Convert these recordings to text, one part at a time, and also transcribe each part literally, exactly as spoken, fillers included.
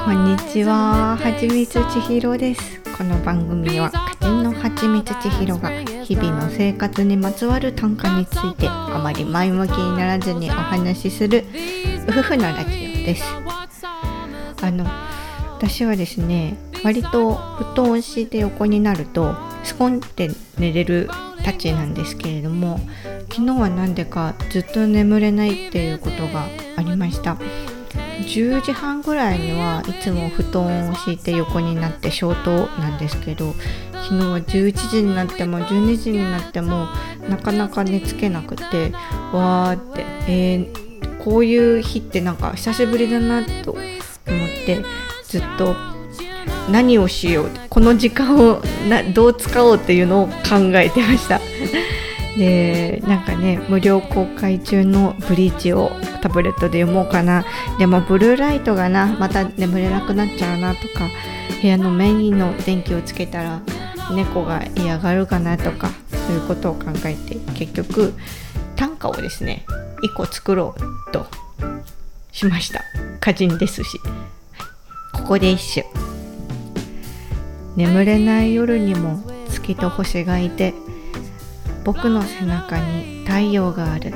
こんにちは、はちみつちひろです。この番組は歌人のはちみつちひろが日々の生活にまつわる短歌についてあまり前向きにならずにお話しする夫婦のラジオです。あの私はですね、割と布団を敷いて横になるとスコンって寝れるたちなんですけれども、昨日はなんでかずっと眠れないっていうことがありました。じゅうじはんぐらいにはいつも布団を敷いて横になって消灯なんですけど、昨日はじゅういちじになってもじゅうにじになってもなかなか寝つけなくて、わーって、えー、こういう日ってなんか久しぶりだなと思ってずっと何をしよう、この時間をなどう使おうっていうのを考えてましたで、なんかね、無料公開中のブリーチをタブレットで読もうかな、でもブルーライトがなまた眠れなくなっちゃうなとか、部屋のメインの電気をつけたら猫が嫌がるかなとか、そういうことを考えて結局短歌をですねいっこ作ろうとしました。歌人ですし、ここで一首。眠れない夜にも月と星がいて、僕の背中に太陽がある。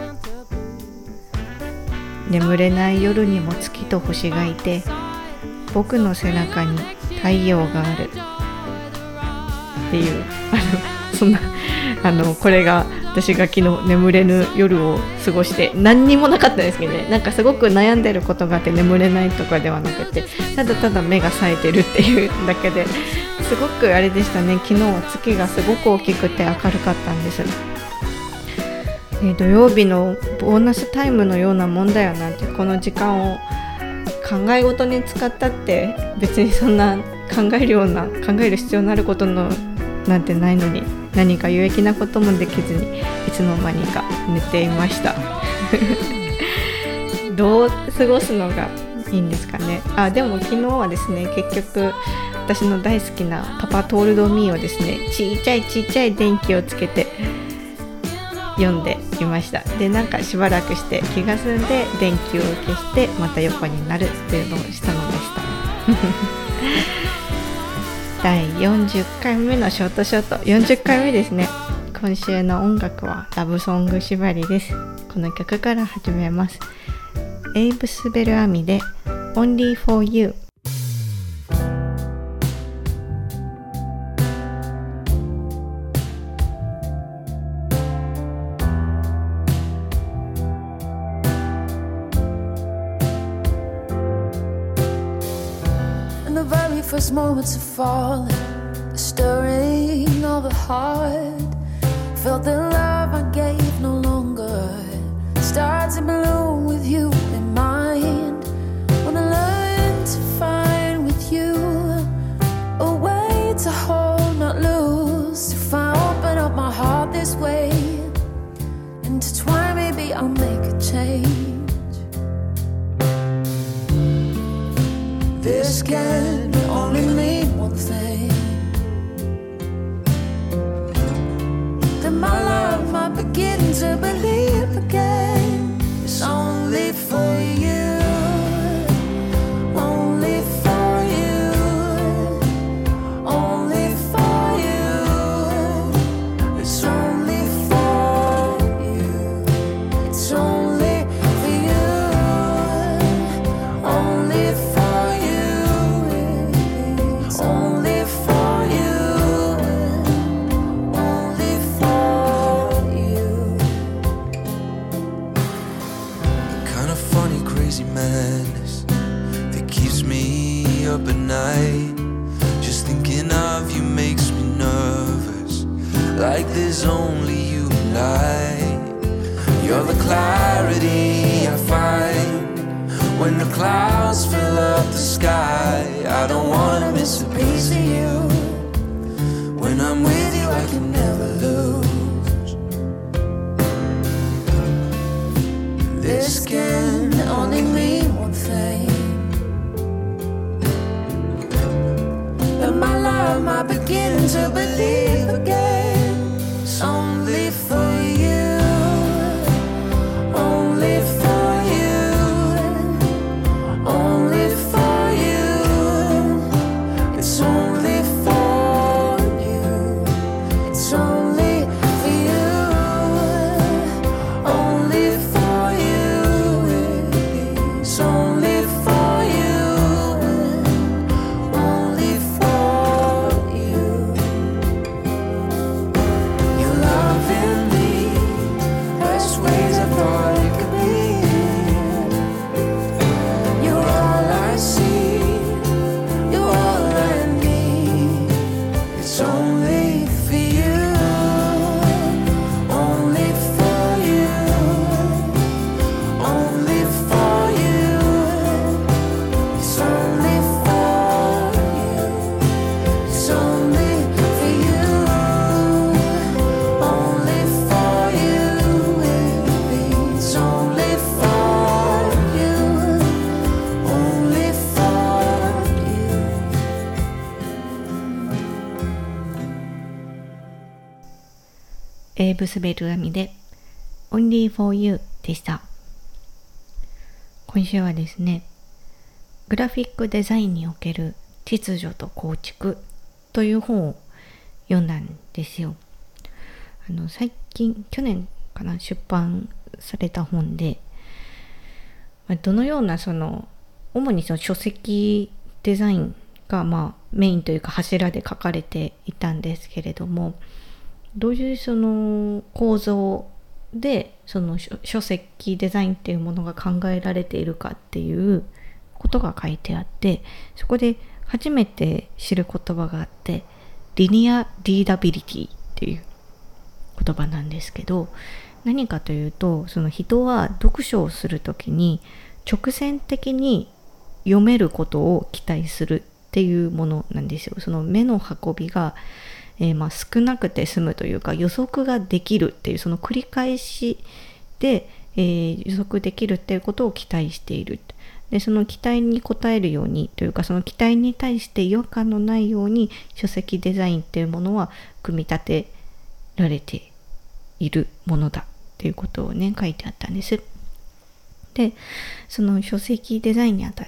眠れない夜にも月と星がいて、僕の背中に太陽があるっていう、あのそんなあのこれが私が昨日眠れぬ夜を過ごして、何にもなかったんですけどね、なんかすごく悩んでることがあって眠れないとかではなくて、ただただ目が冴えてるっていうだけで、すごくあれでしたね。昨日は月がすごく大きくて明るかったんです。えー、土曜日のボーナスタイムのようなもんだよなんて、この時間を考え事に使ったって別にそんな考えるような考える必要のあることのなんてないのに、何か有益なこともできずにいつの間にか寝ていましたどう過ごすのがいいんですかね。あ、でも昨日はですね、結局私の大好きなパパトールドミーをですね、ちっちゃいちっちゃい電気をつけて読んでいました。で、なんかしばらくして気が済んで電気を消してまた横になるっていうのをしたのでしただいよんじゅっかいめのショートショート、よんじゅっかいめですね。今週の音楽はラブソング縛りです。この曲から始めます。エイブスベルアミで Only for You。 First moments of falling, the stirring of the heart. Felt the love I gave no longer started to bloom with you in mind. Wanna learn to find with you a way to hold, not lose. If I open up my heart this way, intertwine, maybe I'll make a change. This can only mean one thing, that my love might begin to believe again. It's only for you, only for you, only for you. It's only for you, it's only for you, only for you. Only for you, only for you. Kind of funny, crazy madness that keeps me up at night. Just thinking of you makes me nervous, like there's only you and I. You're the clarity I find when the clouds fill up the sky. I don't wanna miss a piece of you. When I'm with you, I can never lose. This can only mean one thing, that my love might begin to believe again. It's only for you, only for you, only for you. エーブスベルアミで Only for You でした。今週はですね、グラフィックデザインにおける秩序と構築という本を読んだんですよ。あの最近去年かな出版された本で、どのようなその主にその書籍デザインがまあメインというか柱で書かれていたんですけれども、どういうその構造でその書籍デザインっていうものが考えられているかっていうことが書いてあって、そこで初めて知る言葉があって、リニアリーダビリティっていう言葉なんですけど、何かというと、その人は読書をするときに直線的に読めることを期待するっていうものなんですよ。その目の運びが、えー、まあ少なくて済むというか、予測ができるっていうその繰り返しで、えー、予測できるっていうことを期待している。でその期待に応えるようにというか、その期待に対して違和感のないように書籍デザインっていうものは組み立てられているものだっていうことをね書いてあったんです。でその書籍デザインにあたって、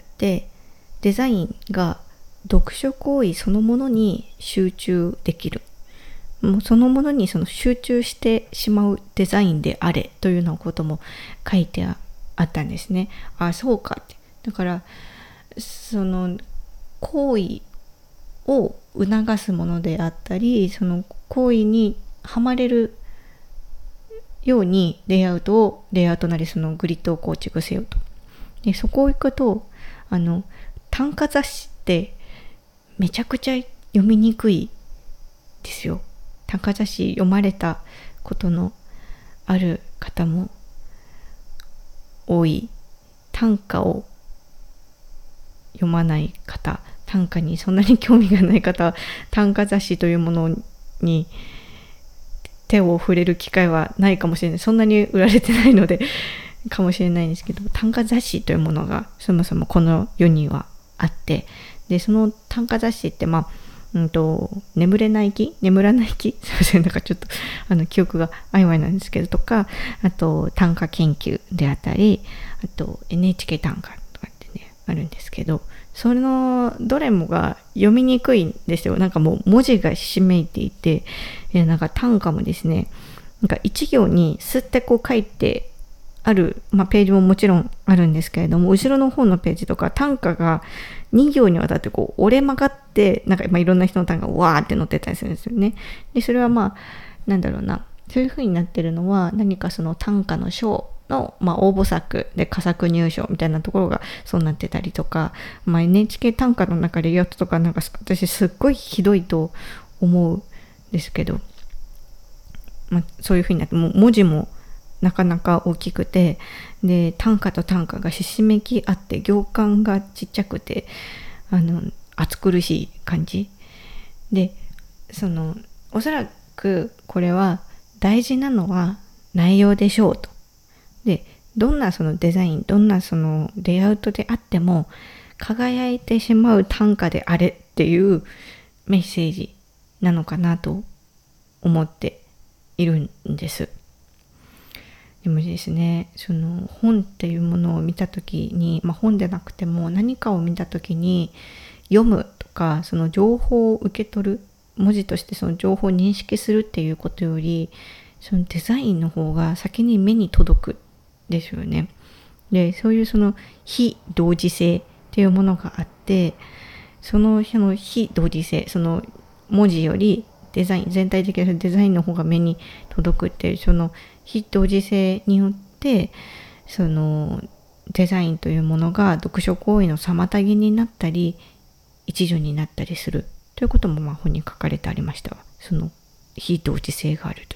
デザインが読書行為そのものに集中できる、もうそのものにその集中してしまうデザインであれというようなことも書いてあったんですね。あ、そうかって。だからその行為を促すものであったり、その行為にはまれるようにレイアウトをレイアウトなりそのグリッドを構築せよと。でそこを行くと、あの単価雑誌ってめちゃくちゃ読みにくいですよ。単価雑誌読まれたことのある方も多い。単価を読まない方、単価にそんなに興味がない方は単価雑誌というものに手を触れる機会はないかもしれない。そんなに売られてないのでかもしれないんですけど、単価雑誌というものがそもそもこの世にはあって、でその単価雑誌ってまあ、うんと眠れない木眠らない木すいません、なんかちょっとあの記憶が曖昧なんですけどとか、あと単価研究であったり、あと エヌエイチケー 単価とかってねあるんですけど、そのどれもが読みにくいんですよ。なんかもう文字がひしめいていて、なんか単価もですね、なんか一行にスッてこう書いてある、まあ、ページももちろんあるんですけれども、後ろの方のページとか単価がに行にわたってこう折れ曲がって、なんかまあいろんな人の単価がわーって載ってたりするんですよね。でそれはまあなんだろうな、そういう風になってるのは何かその単価の賞の、まあ、応募作で佳作入賞みたいなところがそうなってたりとか、まあ、エヌエイチケー 単価の中でレイアウトとかなんか私すっごいひどいと思うんですけど、まあ、そういう風になってもう文字もなかなか大きくて、で単価と単価がひしめき合って行間がちっちゃくて、あの暑苦しい感じで、そのおそらくこれは大事なのは内容でしょうと。でどんなそのデザイン、どんなそのレイアウトであっても輝いてしまう単価であれっていうメッセージなのかなと思っているんです。でもですね、その本っていうものを見たときに、まあ、本でなくても何かを見たときに読むとか、その情報を受け取る、文字としてその情報を認識するっていうことより、そのデザインの方が先に目に届くですよね。で、そういうその非同時性っていうものがあって、そのその非同時性、その文字よりデザイン、全体的なデザインの方が目に届くっていう、その非同時性によってそのデザインというものが読書行為の妨げになったり一助になったりするということもまあ本に書かれてありましたわ。その非同時性があるという。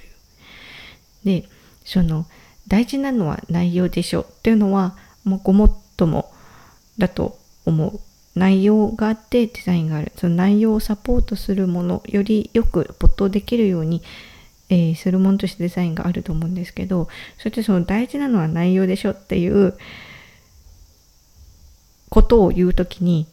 で、その大事なのは内容でしょっていうのはもうごもっともだと思う。内容があってデザインがある。その内容をサポートするものよりよく没頭できるように、えー、するものとしてデザインがあると思うんですけど、そしてその大事なのは内容でしょっていうことを言うときに、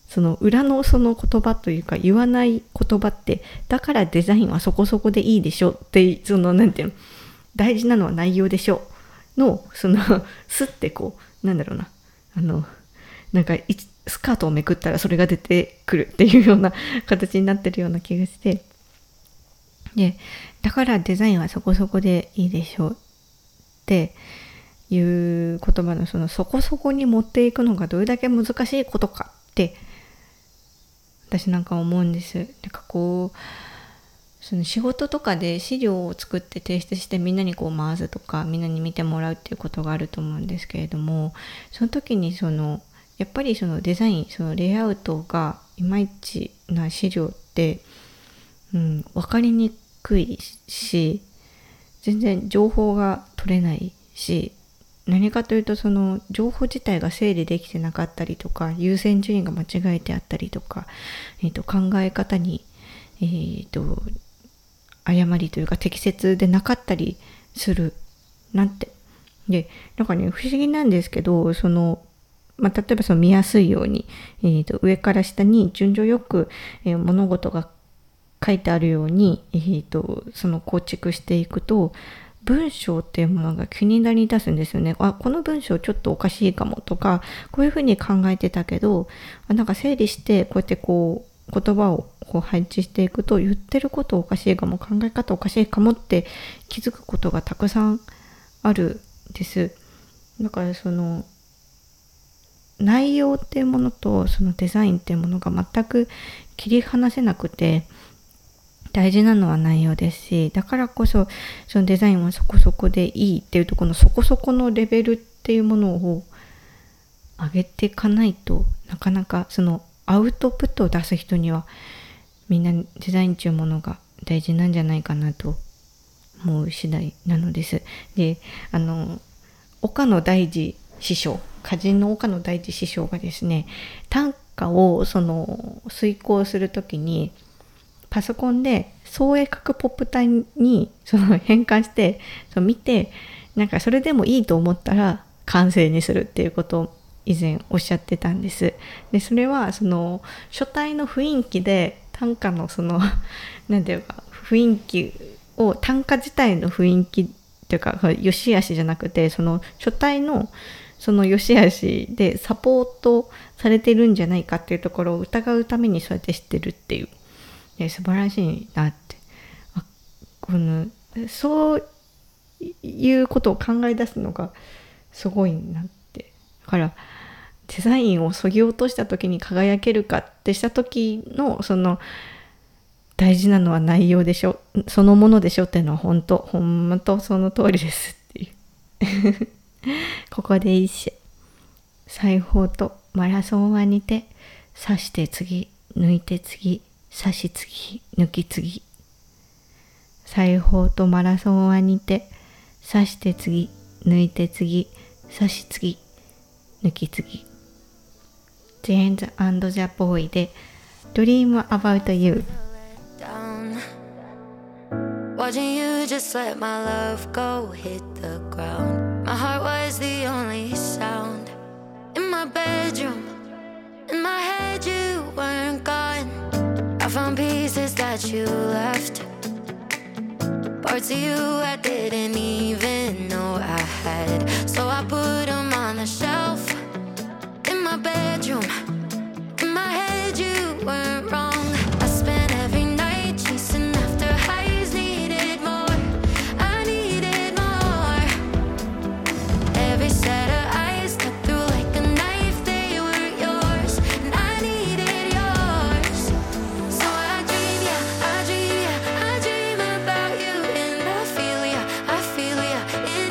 その裏のその言葉というか言わない言葉って、だからデザインはそこそこでいいでしょって、そのなんていうの、大事なのは内容でしょのそのスッてこうなんだろうな、あのなんかスカートをめくったらそれが出てくるっていうような形になってるような気がして、でだからデザインはそこそこでいいでしょうっていう言葉のそのそこそこに持っていくのがどれだけ難しいことかって私なんか思うんです。なんかこうその仕事とかで資料を作って提出してみんなにこう回すとかみんなに見てもらうっていうことがあると思うんですけれども、その時にそのやっぱりそのデザイン、そのレイアウトがいまいちな資料って、うん、分かりにくいし、全然情報が取れないし、何かというとその情報自体が整理できてなかったりとか、優先順位が間違えてあったりとか、えーと、考え方に、えーと、誤りというか適切でなかったりするなんて。で、なんかね、不思議なんですけど、そのまあ、例えばその見やすいように、えー、と上から下に順序よく、えー、物事が書いてあるように、えー、とその構築していくと、文章っていうものが気になり出すんですよね。あ、この文章ちょっとおかしいかもとか、こういうふうに考えてたけど、なんか整理してこうやってこう言葉をこう配置していくと、言ってることおかしいかも、考え方おかしいかもって気づくことがたくさんあるんです。だからその内容っていうものとそのデザインっていうものが全く切り離せなくて、大事なのは内容ですし、だからこそそのデザインはそこそこでいいっていうところのそこそこのレベルっていうものを上げていかないと、なかなかそのアウトプットを出す人にはみんなデザインっていうものが大事なんじゃないかなと思う次第なのです。で、あの岡野大二師匠、歌人の岡野大二師匠がですね、短歌をその遂行するときにパソコンで総鋭角ポップ体にその変換してその見て、なんかそれでもいいと思ったら完成にするっていうことを以前おっしゃってたんです。で、それはその書体の雰囲気で短歌のそのなんていうか雰囲気を、短歌自体の雰囲気というか良し悪しじゃなくて、その書体のその良し悪しでサポートされてるんじゃないかっていうところを疑うためにそうやって知ってるっていう、ね、素晴らしいなって。あ、このそういうことを考え出すのがすごいなって。だからデザインを削ぎ落とした時に輝けるかってした時のその大事なのは内容でしょ、そのものでしょっていうのは本当本当その通りですっていうここで一首。裁縫とマラソンは似て、刺して次抜いて次刺し次抜き次。裁縫とマラソンは似て、刺して次抜いて次刺し次抜き次。ジェーンズ&ジャボーイで Dream About You。 Watching you just let my love go hit the ground. My heart was the only sound in my bedroom. In my head you weren't gone. I found pieces that you left, parts of you I didn't even know I had. So I put them on the shelf in my bedroom. In my head you weren't wrong. I spent every night chasing after highs. Needed more, I needed more. Every set of eyes cut through like a knife. They were yours and I needed yours. So I dream, yeah, I dream, yeah, I dream about you. And I feel ya, I feel ya in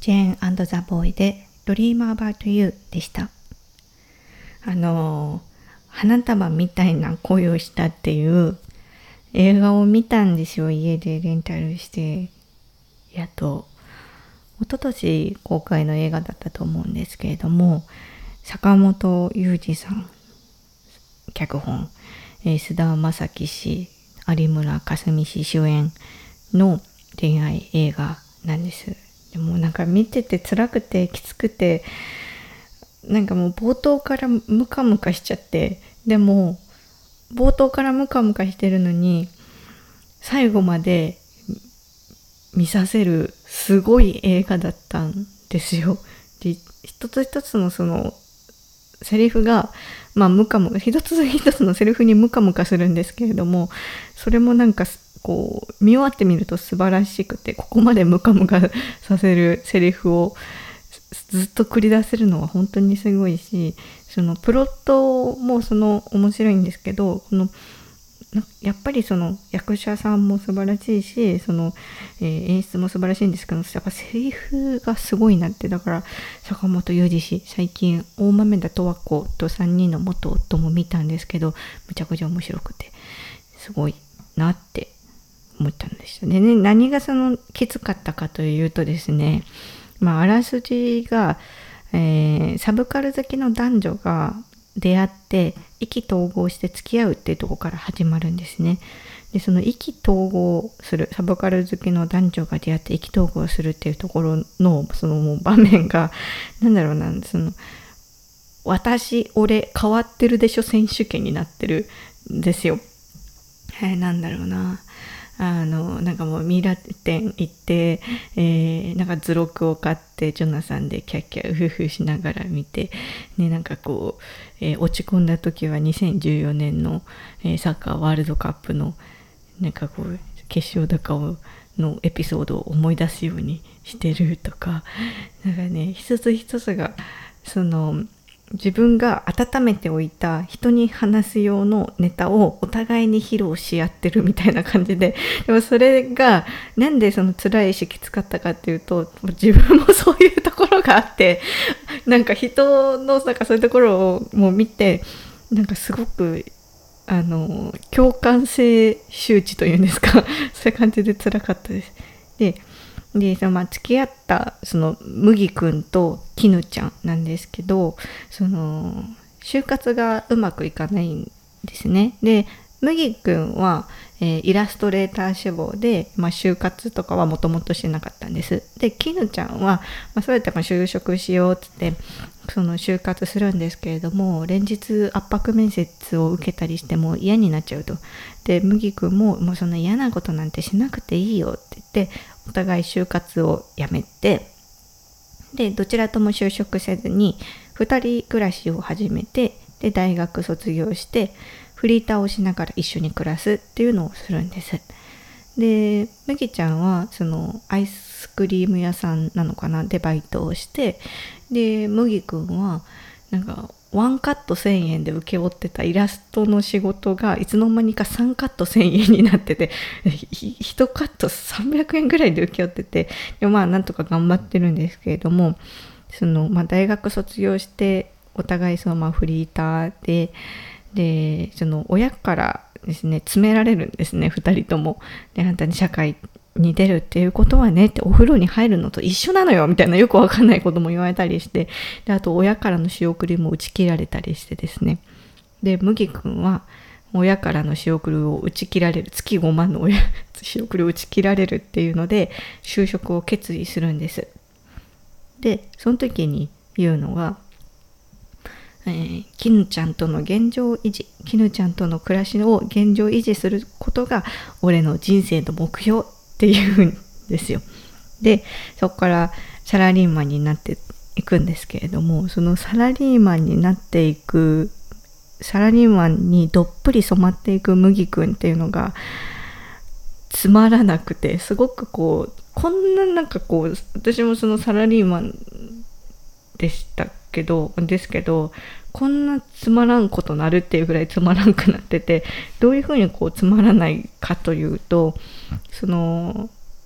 ジェーン&ザ・ボーイで Dream About You でした。あの花束みたいな恋をしたっていう映画を見たんですよ。家でレンタルしてやっと一昨年公開の映画だったと思うんですけれども、坂本雄二さん脚本、えー、菅田将暉氏、有村架純氏主演の恋愛映画なんです。でもなんか見てて辛くてきつくて、なんかもう冒頭からムカムカしちゃって、でも冒頭からムカムカしてるのに最後まで見させるすごい映画だったんですよ。で、一つ一つのそのセリフがまあムカムカ、一つ一つのセリフにムカムカするんですけれども、それもなんかこう見終わってみると素晴らしくて、ここまでムカムカさせるセリフをずっと繰り出せるのは本当にすごいし、そのプロットもその面白いんですけど、このやっぱりその役者さんも素晴らしいし、その、えー、演出も素晴らしいんですけど、やっぱセリフがすごいなって。だから坂本雄二氏、最近大豆田十和子とさんにんの元夫も見たんですけど、むちゃくちゃ面白くてすごいなって思ったんですよね。で、何がそのきつかったかというとですね、まあ、あらすじが、えー、サブカル好きの男女が出会って意気投合して付き合うっていうところから始まるんですね。で、その意気投合する、サブカル好きの男女が出会って意気投合するっていうところのそのもう場面がなんだろうな、その私俺変わってるでしょ選手権になってるんですよ。えー、なんだろうな。あのなんかもうミイラ店行って、えー、なんか図録を買ってジョナサンでキャッキャウフフしながら見て、ね、なんかこう、えー、落ち込んだ時はにせんじゅうよねんの、えー、サッカーワールドカップのなんかこう決勝だかのエピソードを思い出すようにしてるとか、なんかね、一つ一つがその自分が温めておいた人に話す用のネタをお互いに披露し合ってるみたいな感じで、でもそれがなんでその辛いしきつかったかっていうと、自分もそういうところがあって、なんか人のなんかそういうところをもう見て、なんかすごくあの共感性周知というんですかそういう感じで辛かったです。ででそのまあ付き合ったその麦くんと絹ちゃんなんですけど、その就活がうまくいかないんですね。で麦くんは、えー、イラストレーター志望で、まあ、就活とかはもともとしてなかったんです。で絹ちゃんは、まあ、そうやってまあ就職しようっつってその就活するんですけれども、連日圧迫面接を受けたりしても嫌になっちゃうと。で麦くんももうそんな嫌なことなんてしなくていいよって言って、お互い就活をやめて、でどちらとも就職せずにふたり暮らしを始めて、で大学卒業してフリーターをしながら一緒に暮らすっていうのをするんです。で麦ちゃんはそのアイスクリーム屋さんなのかなでバイトをして、で麦くんはなんかワンカットせんえんで請け負ってたイラストの仕事がいつの間にかさんカットせんえんになってて、いちカットさんびゃくえんぐらいで請け負ってて、でまあなんとか頑張ってるんですけれども、その、まあ、大学卒業してお互いそのまあフリーターで、でその親からですね詰められるんですね、ふたりとも。であんたに社会に出るっていうことはねって、お風呂に入るのと一緒なのよみたいなよくわかんないことも言われたりして、であと親からの仕送りも打ち切られたりしてですね、で麦くんは親からの仕送りを打ち切られる、月ごまんの親仕送りを打ち切られるっていうので就職を決意するんです。でその時に言うのが、えー、絹ちゃんとの現状維持、絹ちゃんとの暮らしを現状維持することが俺の人生の目標っていうんですよ。でそこからサラリーマンになっていくんですけれども、そのサラリーマンになっていくサラリーマンにどっぷり染まっていく麦くんっていうのがつまらなくて、すごくこうこんななんかこう私もそのサラリーマンでしたけどですけどこんなつまらんことなるっていうぐらいつまらんくなってて、どういうふうにこうつまらないかというと、その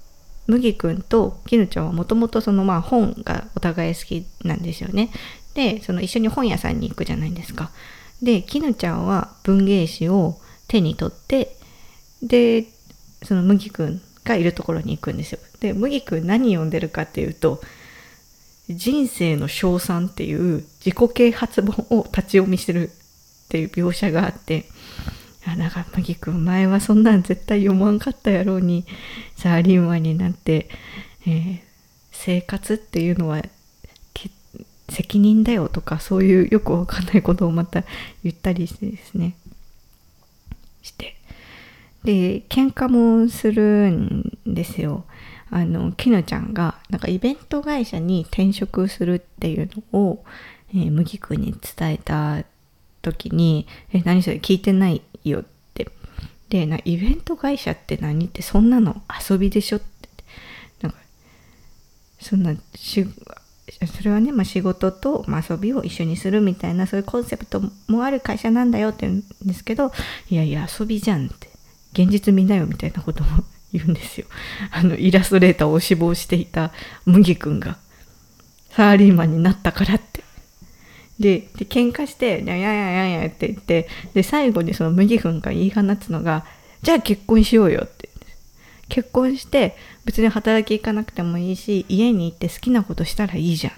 麦くんと絹ちゃんはもともとそのまあ本がお互い好きなんですよね。でその一緒に本屋さんに行くじゃないですか。で絹ちゃんは文芸誌を手に取ってでその麦くんがいるところに行くんですよ。で麦くん何読んでるかっていうと人生の称賛っていう自己啓発本を立ち読みしてるっていう描写があって、あなんか麦くん前はそんなん絶対読まんかったやろうにサラリーマンになって、えー、生活っていうのは責任だよとかそういうよくわかんないことをまた言ったりしてですねしてで喧嘩もするんですよ。あの絹ちゃんがなんかイベント会社に転職するっていうのを、えー、麦くんに伝えた時にえ何それ聞いてないよってでなイベント会社って何ってそんなの遊びでしょってなんかそんなしそれはね、まあ、仕事と、まあ、遊びを一緒にするみたいなそういうコンセプトもある会社なんだよって言うんですけどいやいや遊びじゃんって現実見なよみたいなことも言うんですよ。あのイラストレーターを志望していた麦くんがサラリーマンになったからってでで喧嘩してやややややって言ってで最後にその麦くんが言い放つのがじゃあ結婚しようよって結婚して別に働き行かなくてもいいし家に行って好きなことしたらいいじゃん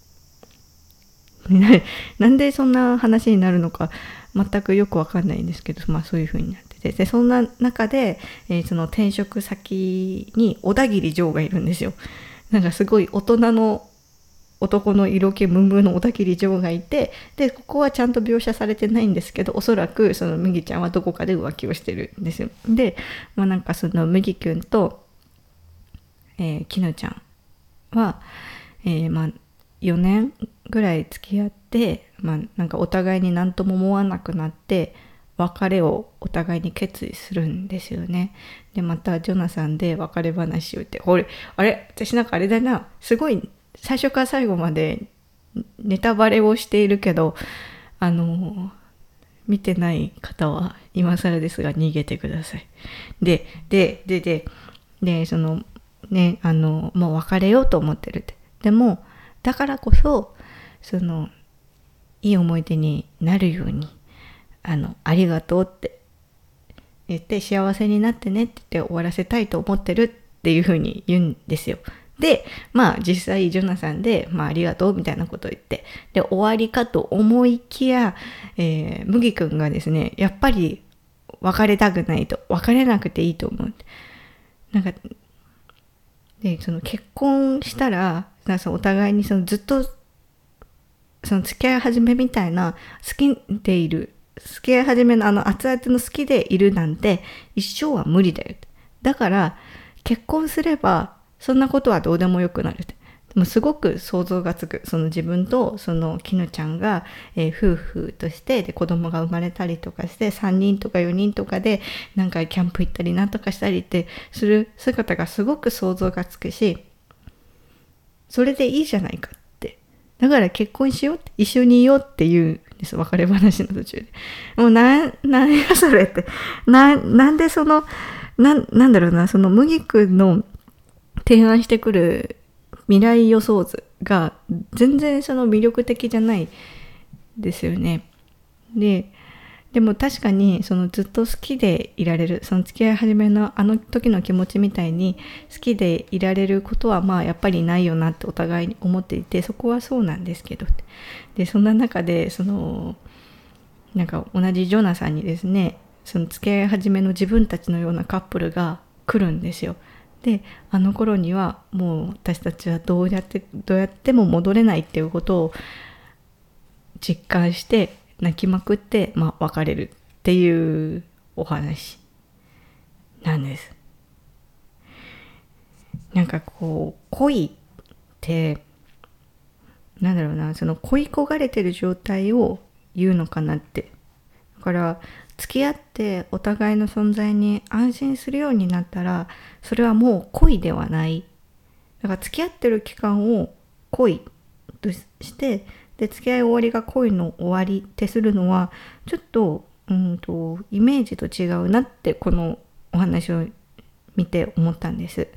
ってなんでそんな話になるのか全くよくわかんないんですけどまあそういう風になっててでそんな中で、えー、その転職先に小田切丈がいるんですよ。なんかすごい大人の男の色気ムンムンの小田切丈がいてでここはちゃんと描写されてないんですけどおそらくその麦ちゃんはどこかで浮気をしてるんですよ。で、まあ、なんかその麦くんと、えー、絹ちゃんは、えー、まあよねんぐらい付き合って、まあ、なんかお互いに何とも思わなくなって別れをお互いに決意するんですよね。でまたジョナサンで別れ話を言ってこれあれ私なんかあれだなすごい最初から最後までネタバレをしているけどあの見てない方は今更ですが逃げてください。でででででそのねあのもう別れようと思ってるって。でもだからこそそのいい思い出になるようにあのありがとうって言って幸せになってねって言って終わらせたいと思ってるっていう風に言うんですよ。でまあ実際ジョナサンで、まあ、ありがとうみたいなことを言ってで終わりかと思いきや、えー、麦くんがですねやっぱり別れたくないと別れなくていいと思うなんかでその結婚したらなんかそのお互いにそのずっとその付き合い始めみたいな好きでいる付き合い始めのあの熱々の好きでいるなんて一生は無理だよ。だから結婚すればそんなことはどうでもよくなる。でもすごく想像がつく。その自分とその絹ちゃんが、えー、夫婦としてで子供が生まれたりとかしてさんにんとかよにんとかでなんかキャンプ行ったりなんとかしたりってする姿がすごく想像がつくしそれでいいじゃないかって。だから結婚しようって一緒にいようっていうんです別れ話の途中で。もうな何やそれってななんでそのななんだろうなその麦くんの提案してくる未来予想図が全然その魅力的じゃないですよね。で、でも確かにそのずっと好きでいられるその付き合い始めのあの時の気持ちみたいに好きでいられることはまあやっぱりないよなってお互いに思っていてそこはそうなんですけどでそんな中でそのなんか同じジョナサンにですねその付き合い始めの自分たちのようなカップルが来るんですよ。であの頃にはもう私たちはどうやってどうやっても戻れないっていうことを実感して泣きまくって、まあ、別れるっていうお話なんです。なんかこう恋ってなんだろうなその恋焦がれてる状態を言うのかなって。だから付き合ってお互いの存在に安心するようになったらそれはもう恋ではない。だから付き合ってる期間を恋としてで付き合い終わりが恋の終わりってするのはちょっと、うんとイメージと違うなってこのお話を見て思ったんです。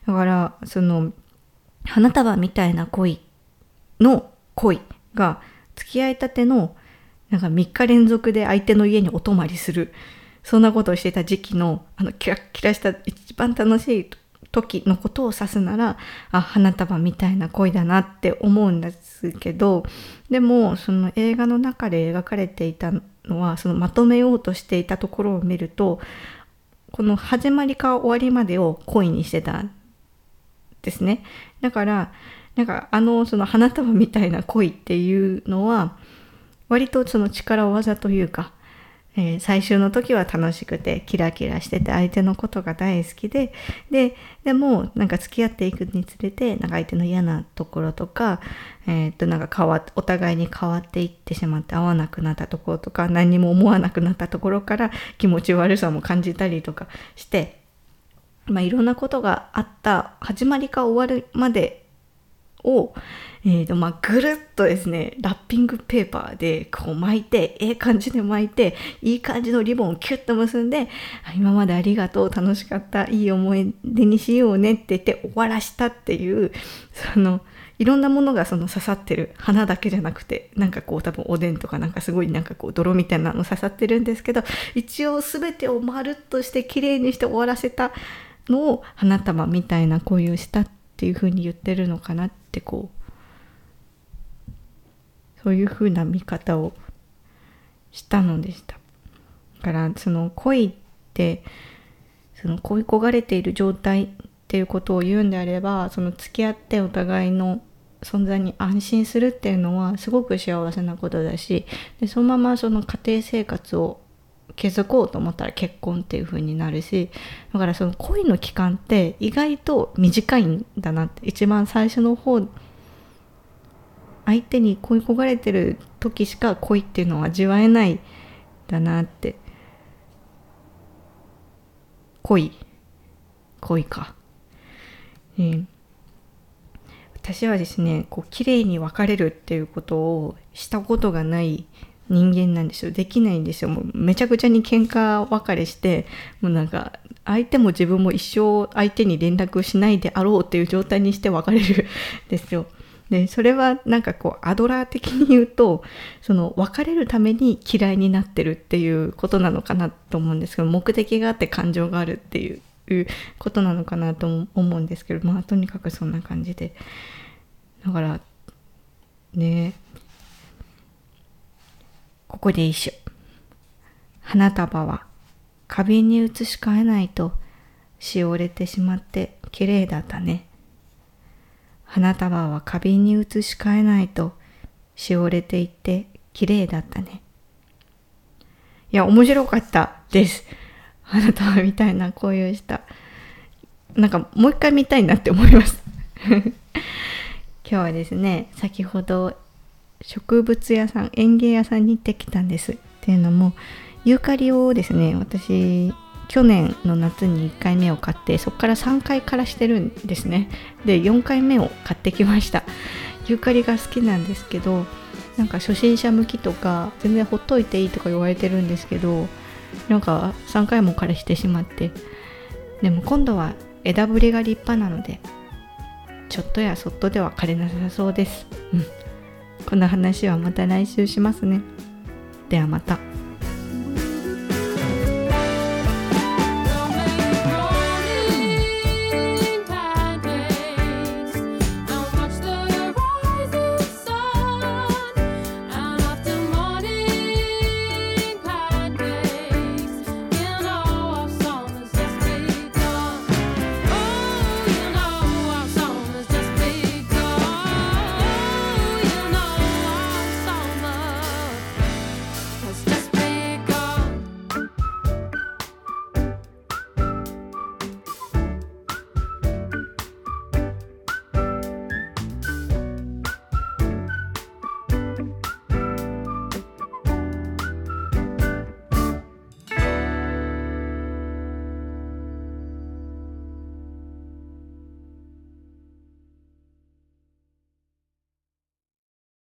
だからその花束みたいな恋の恋が付き合いたてのなんかみっか連続で相手の家にお泊まりする、そんなことをしてた時期のあのキラッキラした一番楽しい時のことを指すなら、あ、花束みたいな恋だなって思うんですけど、でもその映画の中で描かれていたのはそのまとめようとしていたところを見ると、この始まりから終わりまでを恋にしてたんですね。だからなんかあのその花束みたいな恋っていうのは割とその力技というか、えー、最終の時は楽しくてキラキラしてて相手のことが大好きで、ででもなんか付き合っていくにつれてなんか相手の嫌なところとか、えー、っとなんか変わお互いに変わっていってしまって合わなくなったところとか、何にも思わなくなったところから気持ち悪さも感じたりとかして、まあいろんなことがあった始まりから終わるまでを、えーとまあ、ぐるっとですねラッピングペーパーでこう巻いて、ええ感じで巻いて、いい感じのリボンをキュッと結んで、今までありがとう、楽しかった、いい思い出にしようねって言って終わらしたっていう、そのいろんなものがその刺さってる、花だけじゃなくてなんかこう多分おでんとかなんかすごいなんかこう泥みたいなの刺さってるんですけど、一応全てをまるっとして綺麗にして終わらせたのを花束みたいな恋をしたっていう風に言ってるのかなって、こうそういう風な見方をしたのでした。だからその恋ってその恋焦がれている状態っていうことを言うんであれば、その付き合ってお互いの存在に安心するっていうのはすごく幸せなことだし、でそのままその家庭生活を築こうと思ったら結婚っていう風になるし、だからその恋の期間って意外と短いんだなって、一番最初の方相手に恋焦がれてる時しか恋っていうのは味わえないんだなって。恋恋か、えー、私はですねこう綺麗に別れるっていうことをしたことがない人間なんですよ。できないんですよ。もうめちゃくちゃに喧嘩別れして、もうなんか相手も自分も一生相手に連絡しないであろうっていう状態にして別れるんですよ。でそれはなんかこうアドラー的に言うと、その別れるために嫌いになってるっていうことなのかなと思うんですけど、目的があって感情があるっていうことなのかなと思うんですけど、まあとにかくそんな感じで、だからね、ここで一緒。花束は花瓶に移し替えないとしおれてしまって綺麗だったね。花束は花瓶に移し替えないとしおれていって綺麗だったね。いや、面白かったです。花束みたいな恋をした。なんかもう一回見たいなって思います。今日はですね、先ほど植物屋さん、園芸屋さんに行ってきたんです。っていうのも、ユーカリをですね、私去年の夏にいっかいめを買って、そこからさんかい枯らしてるんですね。でよんかいめを買ってきました。ユーカリが好きなんですけど、なんか初心者向きとか全然ほっといていいとか言われてるんですけど、なんかさんかいも枯らしてしまって、でも今度は枝ぶりが立派なのでちょっとやそっとでは枯れなさそうです。うん、この話はまた来週しますね。ではまた。